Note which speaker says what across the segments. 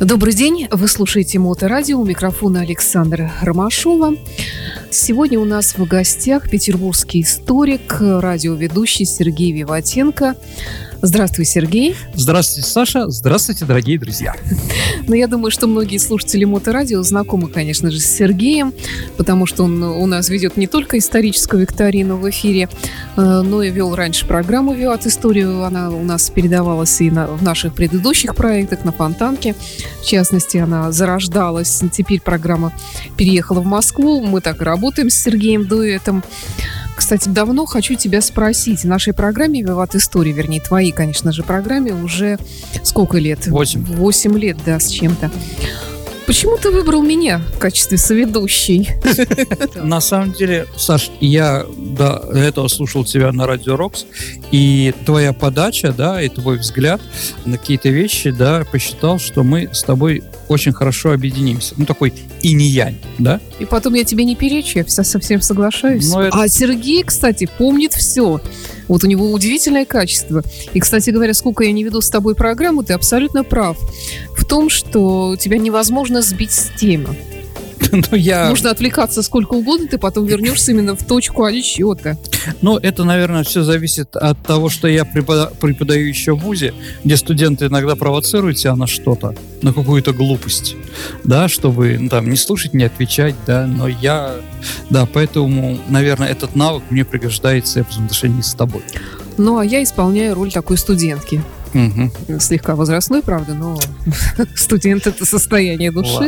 Speaker 1: Добрый день, вы слушаете Моторадио, у микрофона Александра Ромашова. Сегодня у нас в гостях петербургский историк, радиоведущий Сергей Виватенко. Здравствуй, Сергей.
Speaker 2: Здравствуйте, Саша. Здравствуйте, дорогие друзья.
Speaker 1: Я думаю, что многие слушатели Моторадио знакомы, конечно же, с Сергеем, потому что он у нас ведет не только историческую викторину в эфире, но и вел раньше программу «Виват Историю». Она у нас передавалась и в наших предыдущих проектах, на Фонтанке. В частности, она зарождалась. Теперь программа переехала в Москву. Мы так и работаем с Сергеем дуэтом. Кстати, давно хочу тебя спросить. В нашей программе «Виват Истории», вернее, твоей, конечно же, программе уже сколько лет?
Speaker 2: 8.
Speaker 1: 8 лет, да, с чем-то. Почему ты выбрал меня в качестве соведущей?
Speaker 2: На самом деле, Саш, я до этого слушал тебя на Радио Рокс, и твоя подача, да, и твой взгляд на какие-то вещи, да, посчитал, что мы с тобой очень хорошо объединимся. Ну, такой инь-янь, да?
Speaker 1: И потом я тебе не перечу, я совсем соглашаюсь. А Сергей, кстати, помнит все. Вот у него удивительное качество. И, кстати говоря, сколько я не веду с тобой программу, ты абсолютно прав в том, что тебя невозможно сбить с темы. Можно отвлекаться сколько угодно, ты потом вернешься именно в точку отсчета.
Speaker 2: Ну, это, наверное, все зависит от того, что я преподаю еще в ВУЗе, где студенты иногда провоцируют себя на что-то, на какую-то глупость, да, чтобы там не слушать, не отвечать, да, но поэтому, наверное, этот навык мне пригождается в взаимоотношении с тобой.
Speaker 1: Ну, а я исполняю роль такой студентки.
Speaker 2: Угу.
Speaker 1: Слегка возрастной, правда, но студент — это состояние души.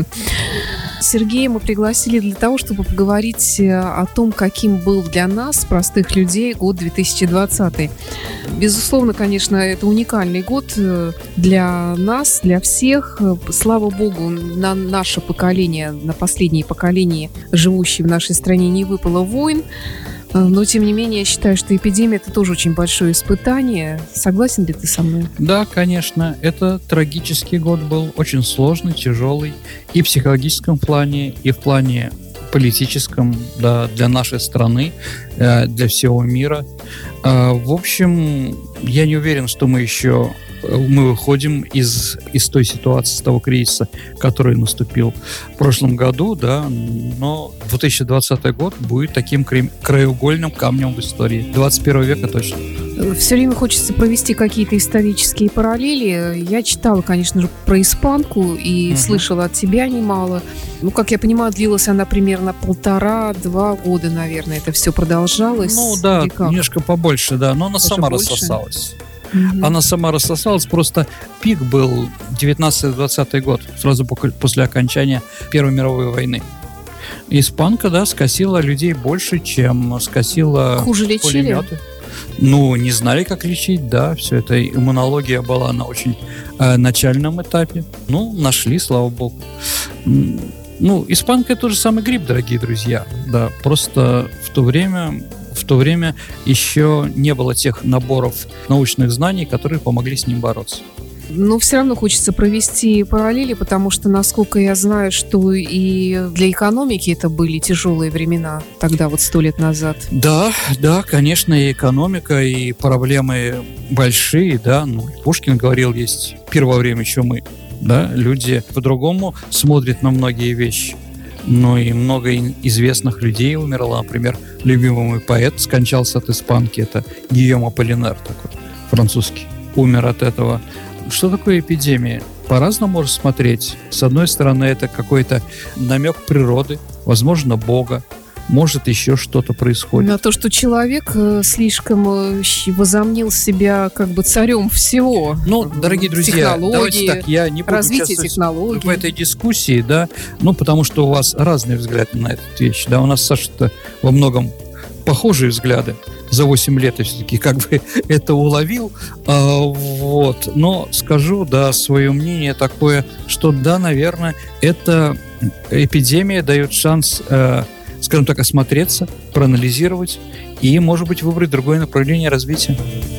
Speaker 1: Сергея мы пригласили для того, чтобы поговорить о том, каким был для нас, простых людей, год 2020. Безусловно, конечно, это уникальный год для нас, для всех. Слава богу, на наше поколение, на последнее поколение, живущее в нашей стране, не выпало войн. Но, тем не менее, я считаю, что эпидемия – это тоже очень большое испытание. Согласен ли ты со мной?
Speaker 2: Да, конечно. Это трагический год был, очень сложный, тяжелый. И в психологическом плане, и в плане политическом, да, для нашей страны, для всего мира. В общем, я не уверен, что мы выходим из той ситуации, из того кризиса, который наступил в прошлом году, да, но 2020 год будет таким краеугольным камнем в истории 21 века точно.
Speaker 1: Все время хочется провести какие-то исторические параллели. Я читала, конечно же, про испанку и слышала от тебя немало. Ну, как я понимаю, длилась она примерно 1,5-2 года, наверное. Это все продолжалось.
Speaker 2: Ну да, немножко побольше, да, но она сама рассосалась. Она сама рассосалась, просто пик был 19-20 год, сразу после окончания Первой мировой войны. Испанка, да, скосила людей больше, чем скосила
Speaker 1: хуже лечили?
Speaker 2: Пулеметы. Ну, не знали, как лечить, да, все это иммунология была на очень начальном этапе. Ну, нашли, слава богу. Ну, испанка — это тот же самый грипп, дорогие друзья, да, просто в то время еще не было тех наборов научных знаний, которые помогли с ним бороться.
Speaker 1: Но все равно хочется провести параллели, потому что, насколько я знаю, что и для экономики это были тяжелые времена, тогда вот 100 лет назад.
Speaker 2: Да, конечно, и экономика, и проблемы большие, да. Ну, Пушкин говорил, есть пир во время чумы, да. Люди по-другому смотрят на многие вещи. Но и много известных людей умерло. Например, любимый мой поэт скончался от испанки. Это Гийом Аполлинер такой, французский. Умер от этого. Что такое эпидемия? По-разному можно смотреть. С одной стороны, это какой-то намек природы, возможно, Бога. Может, еще что-то происходит.
Speaker 1: На то, что человек слишком возомнил себя как бы царем всего.
Speaker 2: Ну, дорогие друзья, давайте так, я не буду участвовать в этой дискуссии, да, ну, потому что у вас разные взгляды на эту вещь, да, у нас, Саша-то, во многом похожие взгляды. За 8 лет я все-таки как бы это уловил, вот, но скажу, да, свое мнение такое, что, да, наверное, эта эпидемия дает шанс, скажем так, осмотреться, проанализировать и, может быть, выбрать другое направление развития.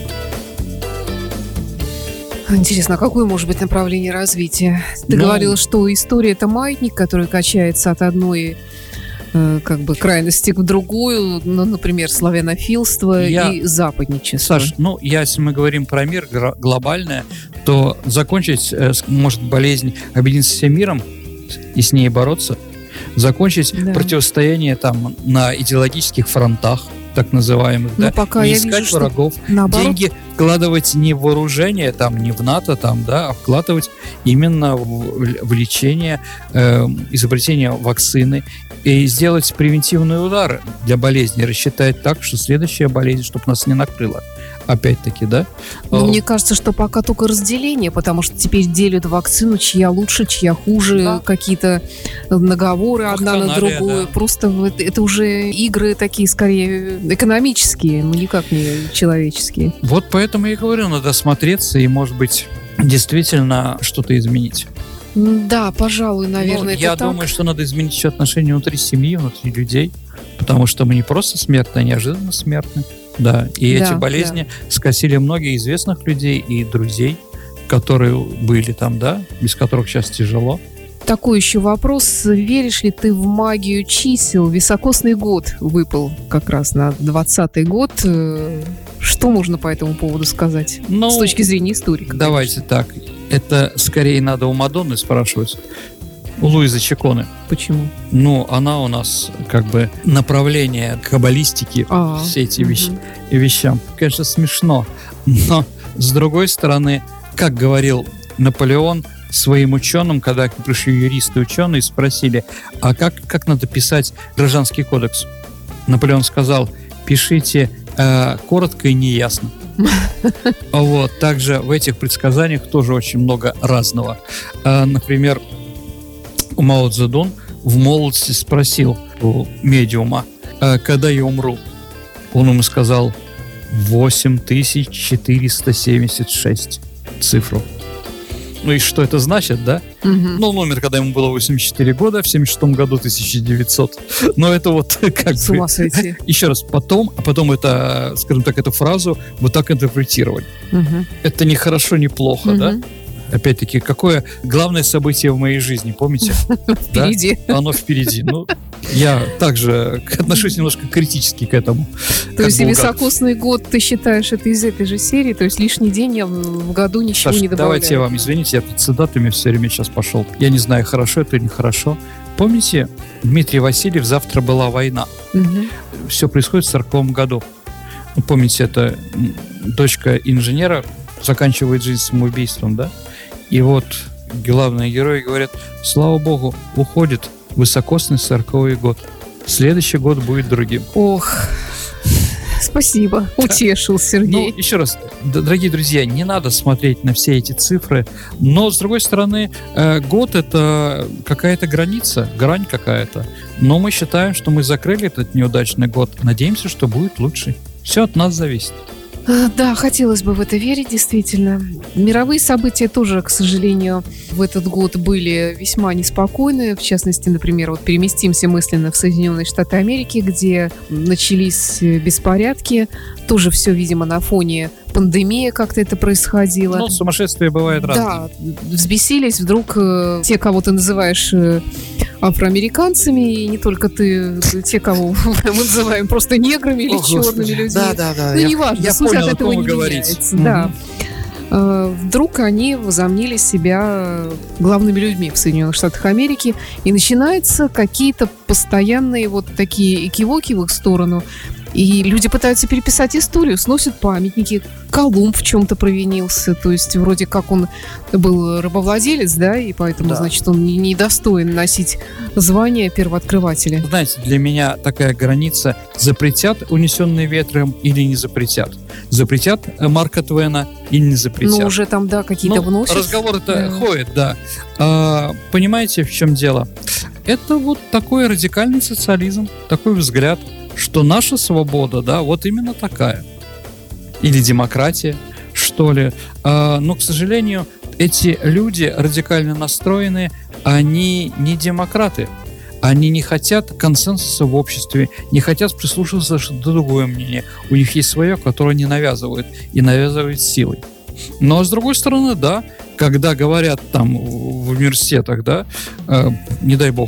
Speaker 1: Интересно, а какое может быть направление развития? Ты говорил, что история — это маятник, который качается от одной как бы крайности в другую, ну, например, славянофилство и западничество.
Speaker 2: Саш, если мы говорим про мир глобальное, то закончить может болезнь, объединиться всем миром и с ней бороться, закончить противостояние там на идеологических фронтах, так называемых,
Speaker 1: пока
Speaker 2: не
Speaker 1: я
Speaker 2: искать
Speaker 1: вижу,
Speaker 2: врагов, деньги вкладывать не в вооружение, там, не в НАТО, там, а вкладывать именно в лечение, изобретение вакцины и сделать превентивные удары для болезни, рассчитать так, что следующая болезнь, чтобы нас не накрыла. Опять-таки, да?
Speaker 1: Мне кажется, что пока только разделение, потому что теперь делят вакцину, чья лучше, чья хуже, какие-то наговоры одна на другую. Да. Просто это уже игры такие, скорее, экономические, но никак не человеческие.
Speaker 2: Вот поэтому я и говорю, надо смотреться и, может быть, действительно что-то изменить.
Speaker 1: Да, пожалуй, наверное, это
Speaker 2: я думаю, что надо изменить еще отношения внутри семьи, внутри людей, потому что мы не просто смертны, а неожиданно смертны. Да, и эти болезни скосили многих известных людей и друзей, которые были там, без которых сейчас тяжело.
Speaker 1: Такой еще вопрос. Веришь ли ты в магию чисел? Високосный год выпал как раз на 20-й год. Что можно по этому поводу сказать? С точки зрения историка.
Speaker 2: Давайте так. Это скорее надо у Мадонны спрашивать. У Луизы Чиконы.
Speaker 1: Почему?
Speaker 2: Она у нас как бы направление каббалистики, все эти вещам. Конечно, смешно, но с другой стороны, как говорил Наполеон своим ученым, когда пришли юристы и ученые, спросили, а как надо писать гражданский кодекс? Наполеон сказал, пишите коротко и неясно. Также в этих предсказаниях тоже очень много разного. Например, Мао Цзэдун в молодости спросил у медиума, когда я умру. Он ему сказал 8476 цифру. И что это значит, да? Он умер, когда ему было 84 года, в 76 году 1900. Но это как
Speaker 1: с ума сойти.
Speaker 2: Еще раз, потом это, скажем так, эту фразу вот так интерпретировать. Это не хорошо, не плохо, да? Опять-таки, какое главное событие в моей жизни, помните?
Speaker 1: Впереди.
Speaker 2: Да? Оно впереди. Я также отношусь немножко критически к этому.
Speaker 1: То есть високосный год, ты считаешь, это из этой же серии? То есть лишний день я в году ничего не добавляю?
Speaker 2: Давайте я вам, извините, я тут цитатами все время сейчас пошел. Я не знаю, хорошо это или нехорошо. Помните, Дмитрий Васильев «Завтра была война». Все происходит в 1940 году. Помните, это дочка инженера заканчивает жизнь самоубийством, да? И главные герои говорят, слава богу, уходит высокосный 40-й год. Следующий год будет другим.
Speaker 1: Ох, спасибо, утешил Сергей.
Speaker 2: Еще раз, дорогие друзья, не надо смотреть на все эти цифры, но, с другой стороны, год — это какая-то граница, грань какая-то. Но мы считаем, что мы закрыли этот неудачный год. Надеемся, что будет лучше. Все от нас зависит.
Speaker 1: Да, хотелось бы в это верить, действительно. Мировые события тоже, к сожалению, в этот год были весьма неспокойны. В частности, например, переместимся мысленно в Соединенные Штаты Америки, где начались беспорядки. Тоже все, видимо, на фоне пандемии как-то это происходило.
Speaker 2: Сумасшествие бывает разное.
Speaker 1: Да, взбесились вдруг те, кого ты называешь афроамериканцами, и не только ты, те, кого мы называем просто неграми или черными людьми.
Speaker 2: Да.
Speaker 1: Неважно, суть от этого не меняется. Да. Вдруг они возомнили себя главными людьми в Соединенных Штатах Америки, и начинаются какие-то постоянные такие экивоки в их сторону. И люди пытаются переписать историю, сносят памятники. Колумб в чем-то провинился. То есть вроде как он был рабовладелец, да, и поэтому, значит, он не достоин носить звание первооткрывателя.
Speaker 2: Знаете, для меня такая граница: запретят «Унесенные ветром» или не запретят? Запретят Марка Твена или не запретят?
Speaker 1: Уже там, какие-то вносят.
Speaker 2: Разговор-то ходит, да. Понимаете, в чем дело? Это такой радикальный социализм, такой взгляд, что наша свобода, именно такая. Или демократия, что ли. Но, к сожалению, эти люди радикально настроенные, они не демократы. Они не хотят консенсуса в обществе, не хотят прислушиваться к другое мнение. У них есть свое, которое они навязывают, и навязывают силой. Но, с другой стороны, когда говорят там в университетах, не дай бог,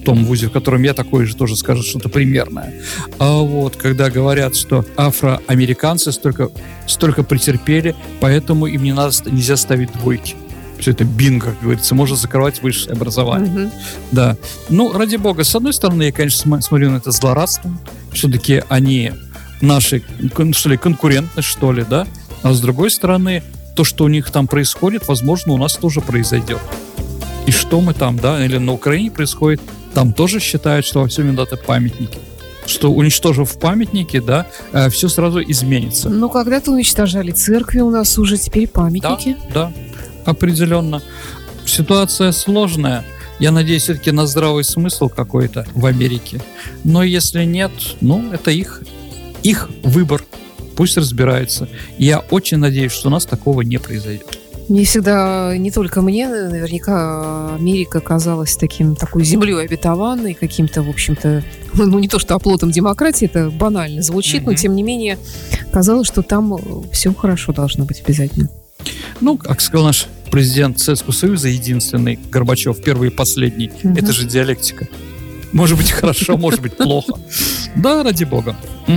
Speaker 2: в том вузе, в котором я, такое же тоже скажут что-то примерное. А вот когда говорят, что афроамериканцы столько претерпели, поэтому им нельзя ставить двойки. Все это бинго, как говорится, можно закрывать высшее образование. Да. Ну, ради бога, с одной стороны, я, конечно, смотрю на это злорадством. Все-таки они наши, что ли, конкуренты, что ли, да? А с другой стороны, то, что у них там происходит, возможно, у нас тоже произойдет. И что мы там, да, или на Украине происходит, там тоже считают, что во всем виноваты памятники. Что, уничтожив памятники, да, все сразу изменится.
Speaker 1: Ну, когда-то уничтожали церкви у нас уже, теперь памятники.
Speaker 2: Да. Определенно. Ситуация сложная. Я надеюсь все-таки на здравый смысл какой-то в Америке. Но если нет, ну, это их выбор. Пусть разбирается. Я очень надеюсь, что у нас такого не произойдет.
Speaker 1: Мне всегда, не только мне, наверняка Америка казалась такой землей обетованной, каким-то, в общем-то, ну не то что оплотом демократии, это банально звучит, но тем не менее казалось, что там все хорошо должно быть обязательно.
Speaker 2: Ну, как сказал наш президент Советского Союза, единственный, Горбачев, первый и последний, это же диалектика. Может быть хорошо, может быть плохо. Да, ради бога.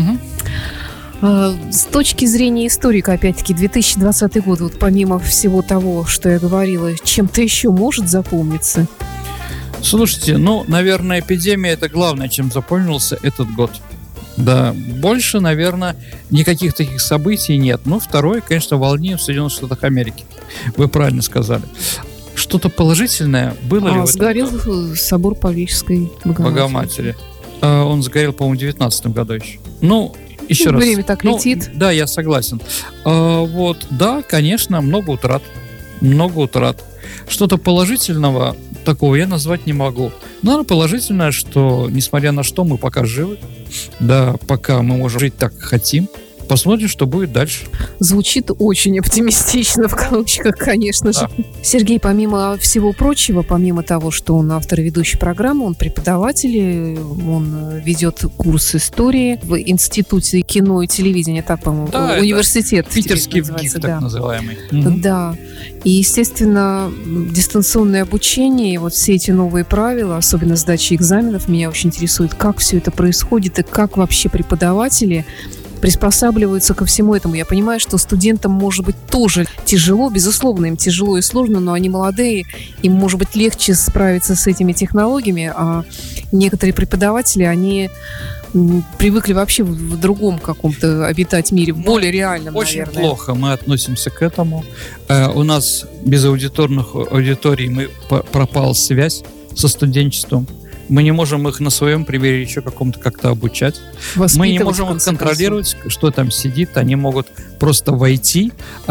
Speaker 1: С точки зрения историка, опять-таки, 2020 год, вот помимо всего того, что я говорила, чем-то еще может запомниться?
Speaker 2: Слушайте, ну, наверное, эпидемия – это главное, чем запомнился этот год. Да, больше, наверное, никаких таких событий нет. Ну, второе, конечно, волнение в Соединенных Штатах Америки. Вы правильно сказали. Что-то положительное было ли в этом
Speaker 1: сгорел году? Собор Парижской Богоматери.
Speaker 2: Он сгорел, по-моему, в 2019 году еще. Ну, еще раз.
Speaker 1: Время так летит.
Speaker 2: Да, я согласен. Вот, да, конечно, много утрат. Что-то положительного такого я назвать не могу. Наверное, положительное, что, несмотря на что, мы пока живы. Да, пока мы можем жить так, как хотим. Посмотрим, что будет дальше.
Speaker 1: Звучит очень оптимистично, в кавычках, конечно же. Сергей, помимо всего прочего, помимо того, что он автор и ведущий программы, он преподаватель, он ведет курс истории в Институте кино и телевидения, так, по-моему,
Speaker 2: да,
Speaker 1: университет.
Speaker 2: Питерский ВГИК, так называемый.
Speaker 1: Да. И, естественно, дистанционное обучение, и вот все эти новые правила, особенно сдачи экзаменов, меня очень интересует, как все это происходит и как вообще преподаватели приспосабливаются ко всему этому. Я понимаю, что студентам, может быть, тоже тяжело, безусловно, им тяжело и сложно, но они молодые, им, может быть, легче справиться с этими технологиями, а некоторые преподаватели, они привыкли вообще в другом каком-то обитать мире, в более реальном,
Speaker 2: очень
Speaker 1: наверное.
Speaker 2: Плохо мы относимся к этому. У нас без аудиторий пропала связь со студенчеством. Мы не можем их на своем примере еще как-то обучать. Мы не можем их контролировать, что там сидит. Они могут просто войти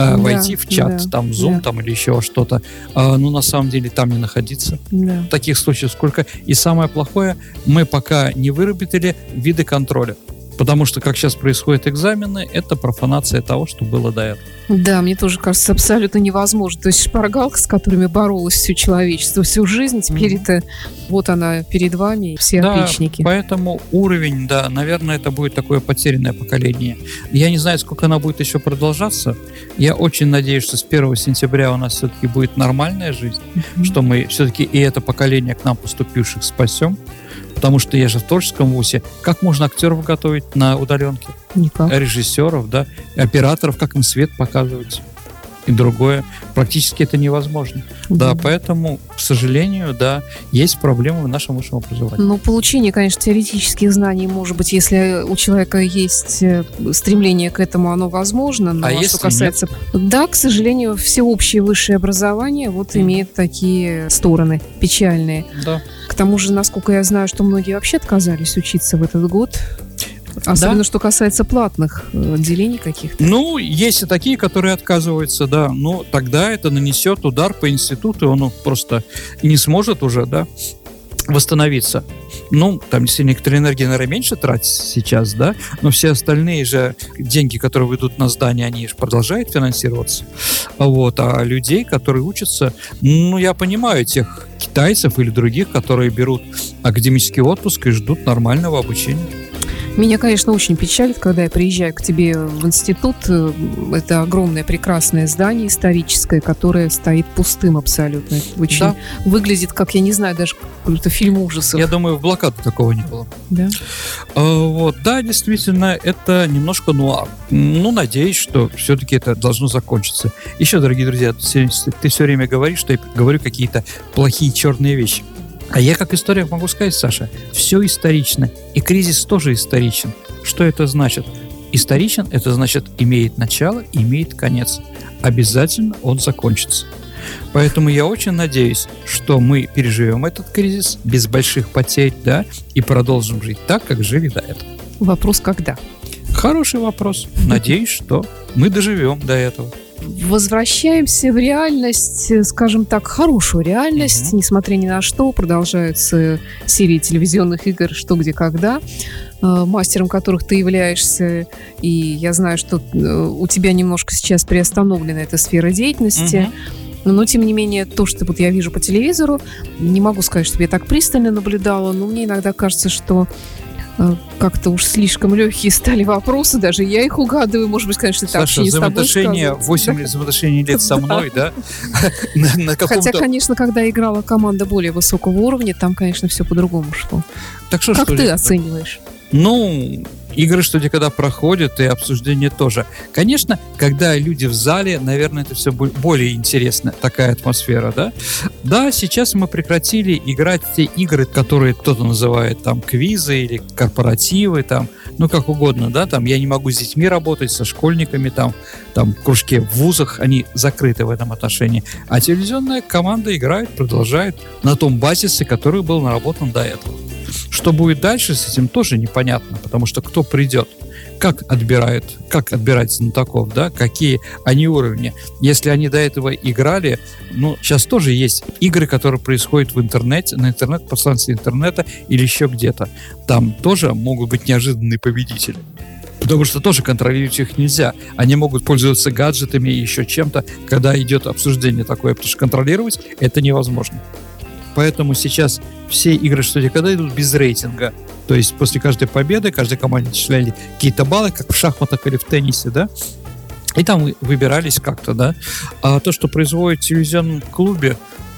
Speaker 2: в чат, там в Zoom там, или еще что-то, но на самом деле там не находиться. Да. Таких случаев сколько. И самое плохое, мы пока не выработали виды контроля. Потому что, как сейчас происходят экзамены, это профанация того, что было до этого.
Speaker 1: Да, мне тоже кажется, абсолютно невозможно. То есть шпаргалка, с которыми боролось все человечество всю жизнь, теперь это вот она перед вами, все отличники.
Speaker 2: Поэтому уровень, да, наверное, это будет такое потерянное поколение. Я не знаю, сколько оно будет еще продолжаться. Я очень надеюсь, что с 1 сентября у нас все-таки будет нормальная жизнь, что мы все-таки и это поколение к нам поступивших спасем. Потому что я же в творческом вузе. Как можно актеров готовить на удаленке?
Speaker 1: Никак.
Speaker 2: Режиссеров, да, операторов, как им свет показывать и другое. Практически это невозможно. Да, поэтому, к сожалению, да, есть проблемы в нашем высшем образовании.
Speaker 1: Ну, получение, конечно, теоретических знаний, может быть, если у человека есть стремление к этому, оно возможно. Но
Speaker 2: что касается...
Speaker 1: Нет? Да, к сожалению, всеобщее высшее образование вот имеет такие стороны печальные.
Speaker 2: Да.
Speaker 1: К тому же, насколько я знаю, что многие вообще отказались учиться в этот год. Особенно, что касается платных отделений каких-то.
Speaker 2: Ну, есть и такие, которые отказываются, да. Но тогда это нанесет удар по институту, он просто не сможет уже, да, восстановиться. Ну, там действительно некоторые энергии, наверное, меньше тратить сейчас, да, но все остальные же деньги, которые выйдут на здание, они же продолжают финансироваться. Вот. А людей, которые учатся, ну, я понимаю тех китайцев или других, которые берут академический отпуск и ждут нормального обучения.
Speaker 1: Меня, конечно, очень печалит, когда я приезжаю к тебе в институт. Это огромное прекрасное здание историческое, которое стоит пустым абсолютно. Это очень выглядит, как, я не знаю, даже какой-то фильм ужасов.
Speaker 2: Я думаю, в блокаду такого не было.
Speaker 1: Да?
Speaker 2: Да, действительно, это немножко нуар. Надеюсь, что все-таки это должно закончиться. Еще, дорогие друзья, ты все время говоришь, что я говорю какие-то плохие черные вещи. А я как историк могу сказать, Саша, все исторично, и кризис тоже историчен. Что это значит? Историчен – это значит имеет начало, имеет конец. Обязательно он закончится. Поэтому я очень надеюсь, что мы переживем этот кризис без больших потерь, да, и продолжим жить так, как жили до этого.
Speaker 1: Вопрос когда?
Speaker 2: Хороший вопрос. Надеюсь, что мы доживем до этого.
Speaker 1: Возвращаемся в реальность, скажем так, хорошую реальность. Несмотря ни на что, продолжаются серии телевизионных игр «Что, где, когда», мастером которых ты являешься. И я знаю, что у тебя немножко сейчас приостановлена эта сфера деятельности. Но, тем не менее, то, что вот я вижу по телевизору, не могу сказать, чтобы я так пристально наблюдала, но мне иногда кажется, что как-то уж слишком легкие стали вопросы, даже я их угадываю, может быть, конечно, это
Speaker 2: Саша,
Speaker 1: общение с тобой
Speaker 2: взаимоотношения, 8 взаимоотношений лет со мной, да?
Speaker 1: Хотя, конечно, когда играла команда более высокого уровня, там, конечно, все по-другому шло. Как ты оцениваешь?
Speaker 2: Игры, что где когда проходят, и обсуждение тоже. Конечно, когда люди в зале, наверное, это все более интересно, такая атмосфера, да? Да, сейчас мы прекратили играть в те игры, которые кто-то называет там квизы или корпоративы, там, как угодно, да, там я не могу с детьми работать, со школьниками, там кружки в вузах, они закрыты в этом отношении. А телевизионная команда играет, продолжает на том базисе, который был наработан до этого. Что будет дальше, с этим тоже непонятно, потому что кто придет, как отбирать знатоков, да, какие они уровни. Если они до этого играли, сейчас тоже есть игры, которые происходят в интернете, на пространстве интернета или еще где-то. Там тоже могут быть неожиданные победители. Потому что тоже контролировать их нельзя. Они могут пользоваться гаджетами и еще чем-то, когда идет обсуждение такое, потому что контролировать это невозможно. Поэтому сейчас все игры, что когда идут без рейтинга. То есть после каждой победы, каждой команде начисляли какие-то баллы, как в шахматах или в теннисе, да? И там выбирались как-то, да? А то, что производит в телевизионном клубе,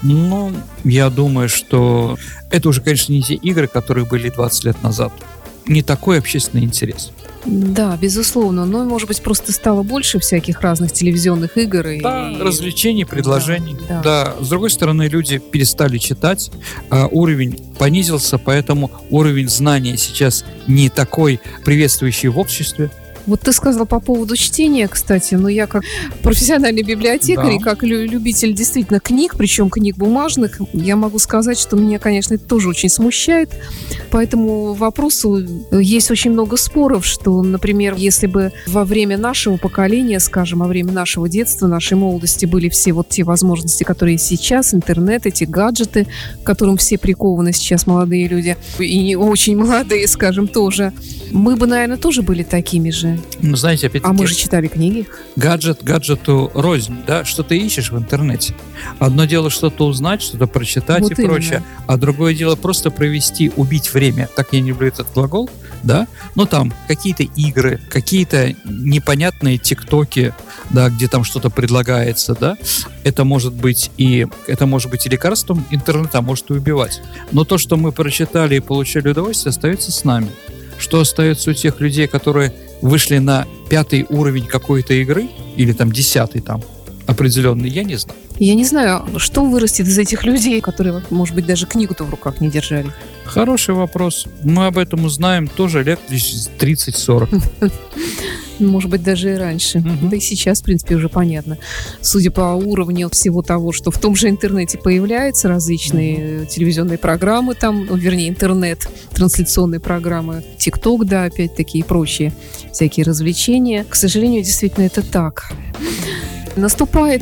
Speaker 2: я думаю, что это уже, конечно, не те игры, которые были 20 лет назад. Не такой общественный интерес.
Speaker 1: Да, безусловно. Но, может быть, просто стало больше всяких разных телевизионных игр.
Speaker 2: Развлечений, предложений.
Speaker 1: Да.
Speaker 2: С другой стороны, люди перестали читать, уровень понизился, поэтому уровень знания сейчас не такой приветствующий в обществе.
Speaker 1: Вот ты сказал по поводу чтения, кстати, но я как профессиональный библиотекарь и как любитель действительно книг, причем книг бумажных, я могу сказать, что меня, конечно, это тоже очень смущает. По этому вопросу есть очень много споров, что, например, если бы во время нашего поколения, скажем, во время нашего детства, нашей молодости были все вот те возможности, которые сейчас, интернет, эти гаджеты, к которым все прикованы сейчас молодые люди, и не очень молодые, скажем, тоже, мы бы, наверное, тоже были такими же.
Speaker 2: Знаете, опять-таки...
Speaker 1: А мы же читали книги.
Speaker 2: Гаджету рознь, да? Что ты ищешь в интернете? Одно дело что-то узнать, что-то прочитать вот и именно. Прочее, а другое дело просто убить время. Так я не люблю этот глагол, да? Там какие-то игры, какие-то непонятные тиктоки, да, где там что-то предлагается, да? Это может быть и лекарством интернета, а может и убивать. Но то, что мы прочитали и получали удовольствие, остается с нами. Что остается у тех людей, которые вышли на 5-й уровень какой-то игры, или там 10-й там определенный, я не знаю.
Speaker 1: Я не знаю, что вырастет из этих людей, которые, может быть, даже книгу-то в руках не держали.
Speaker 2: Хороший вопрос. Мы об этом узнаем тоже лет 30-40.
Speaker 1: Может быть, даже и раньше. Да и сейчас, в принципе, уже понятно. Судя по уровню всего того, что в том же интернете появляются различные телевизионные программы, интернет, трансляционные программы, ТикТок, да, опять-таки, и прочие всякие развлечения. К сожалению, действительно, это так. Наступает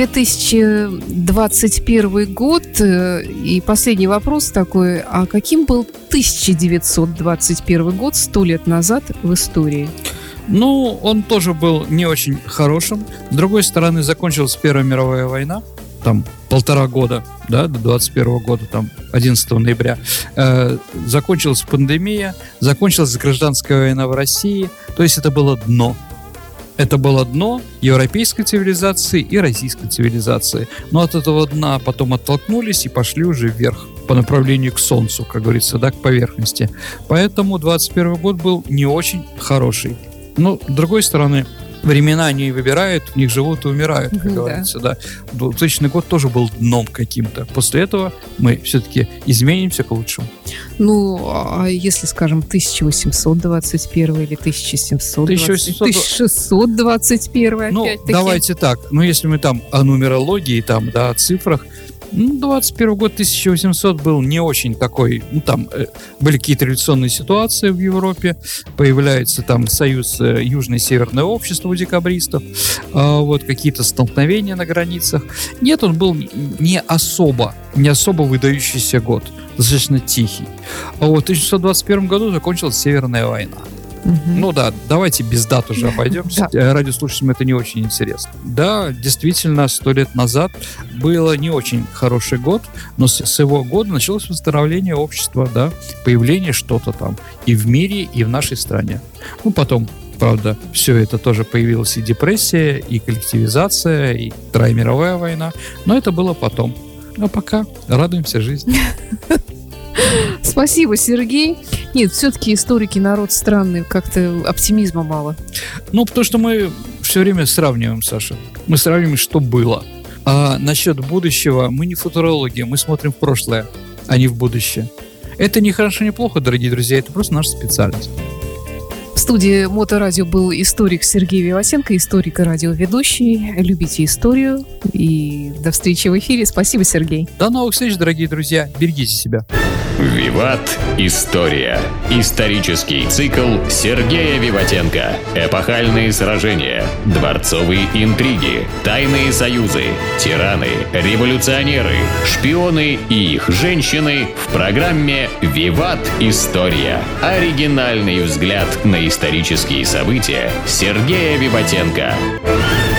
Speaker 1: 2021 год, и последний вопрос такой: а каким был 1921 год 100 лет назад в истории?
Speaker 2: Он тоже был не очень хорошим. С другой стороны, закончилась Первая мировая война. там 1,5 года, да, до 2021 года, там 11 ноября, закончилась пандемия, закончилась гражданская война в России, то есть это было дно. Это было дно европейской цивилизации и российской цивилизации. Но от этого дна потом оттолкнулись и пошли уже вверх по направлению к солнцу, как говорится, да, к поверхности. Поэтому 21 год был не очень хороший. Но, с другой стороны, времена они выбирают, в них живут и умирают, как говорится, да. 2000 год тоже был дном каким-то. После этого мы все-таки изменимся к лучшему.
Speaker 1: Ну, а если, скажем, 1821 или 1621,
Speaker 2: ну,
Speaker 1: опять-таки?
Speaker 2: Давайте так. Ну, если мы там о нумерологии, там, да, о цифрах, 21 год, 1800 был не очень такой, там были какие-то революционные ситуации в Европе, появляется там союз Южное и Северное общество у декабристов, вот какие-то столкновения на границах. Нет, он был не особо выдающийся год, достаточно тихий. А вот в 1621 году закончилась Северная война. Ну да, давайте без дат уже обойдемся. Радиослушателям это не очень интересно. Да, действительно, 100 лет назад было не очень хороший год, но с его года началось восстановление общества, да, появление что-то там и в мире, и в нашей стране. Ну, потом, правда, все это тоже появилась и депрессия, и коллективизация, и Вторая мировая война, но это было потом. А пока радуемся жизни.
Speaker 1: Спасибо, Сергей. Нет, все-таки историки народ странный, как-то оптимизма мало.
Speaker 2: Ну, потому что мы все время сравниваем, Саша. Мы сравниваем, что было. А насчет будущего мы не футурологи, мы смотрим в прошлое, а не в будущее. Это не хорошо, не плохо, дорогие друзья, это просто наша специальность.
Speaker 1: В студии Моторадио был историк Сергей Виватенко, историк и радиоведущий. Любите историю. И до встречи в эфире. Спасибо, Сергей.
Speaker 2: До новых встреч, дорогие друзья. Берегите себя.
Speaker 3: Виват. История. Исторический цикл Сергея Виватенко. Эпохальные сражения, дворцовые интриги, тайные союзы, тираны, революционеры, шпионы и их женщины в программе «Виват. История». Оригинальный взгляд на исторические события Сергея Виватенко.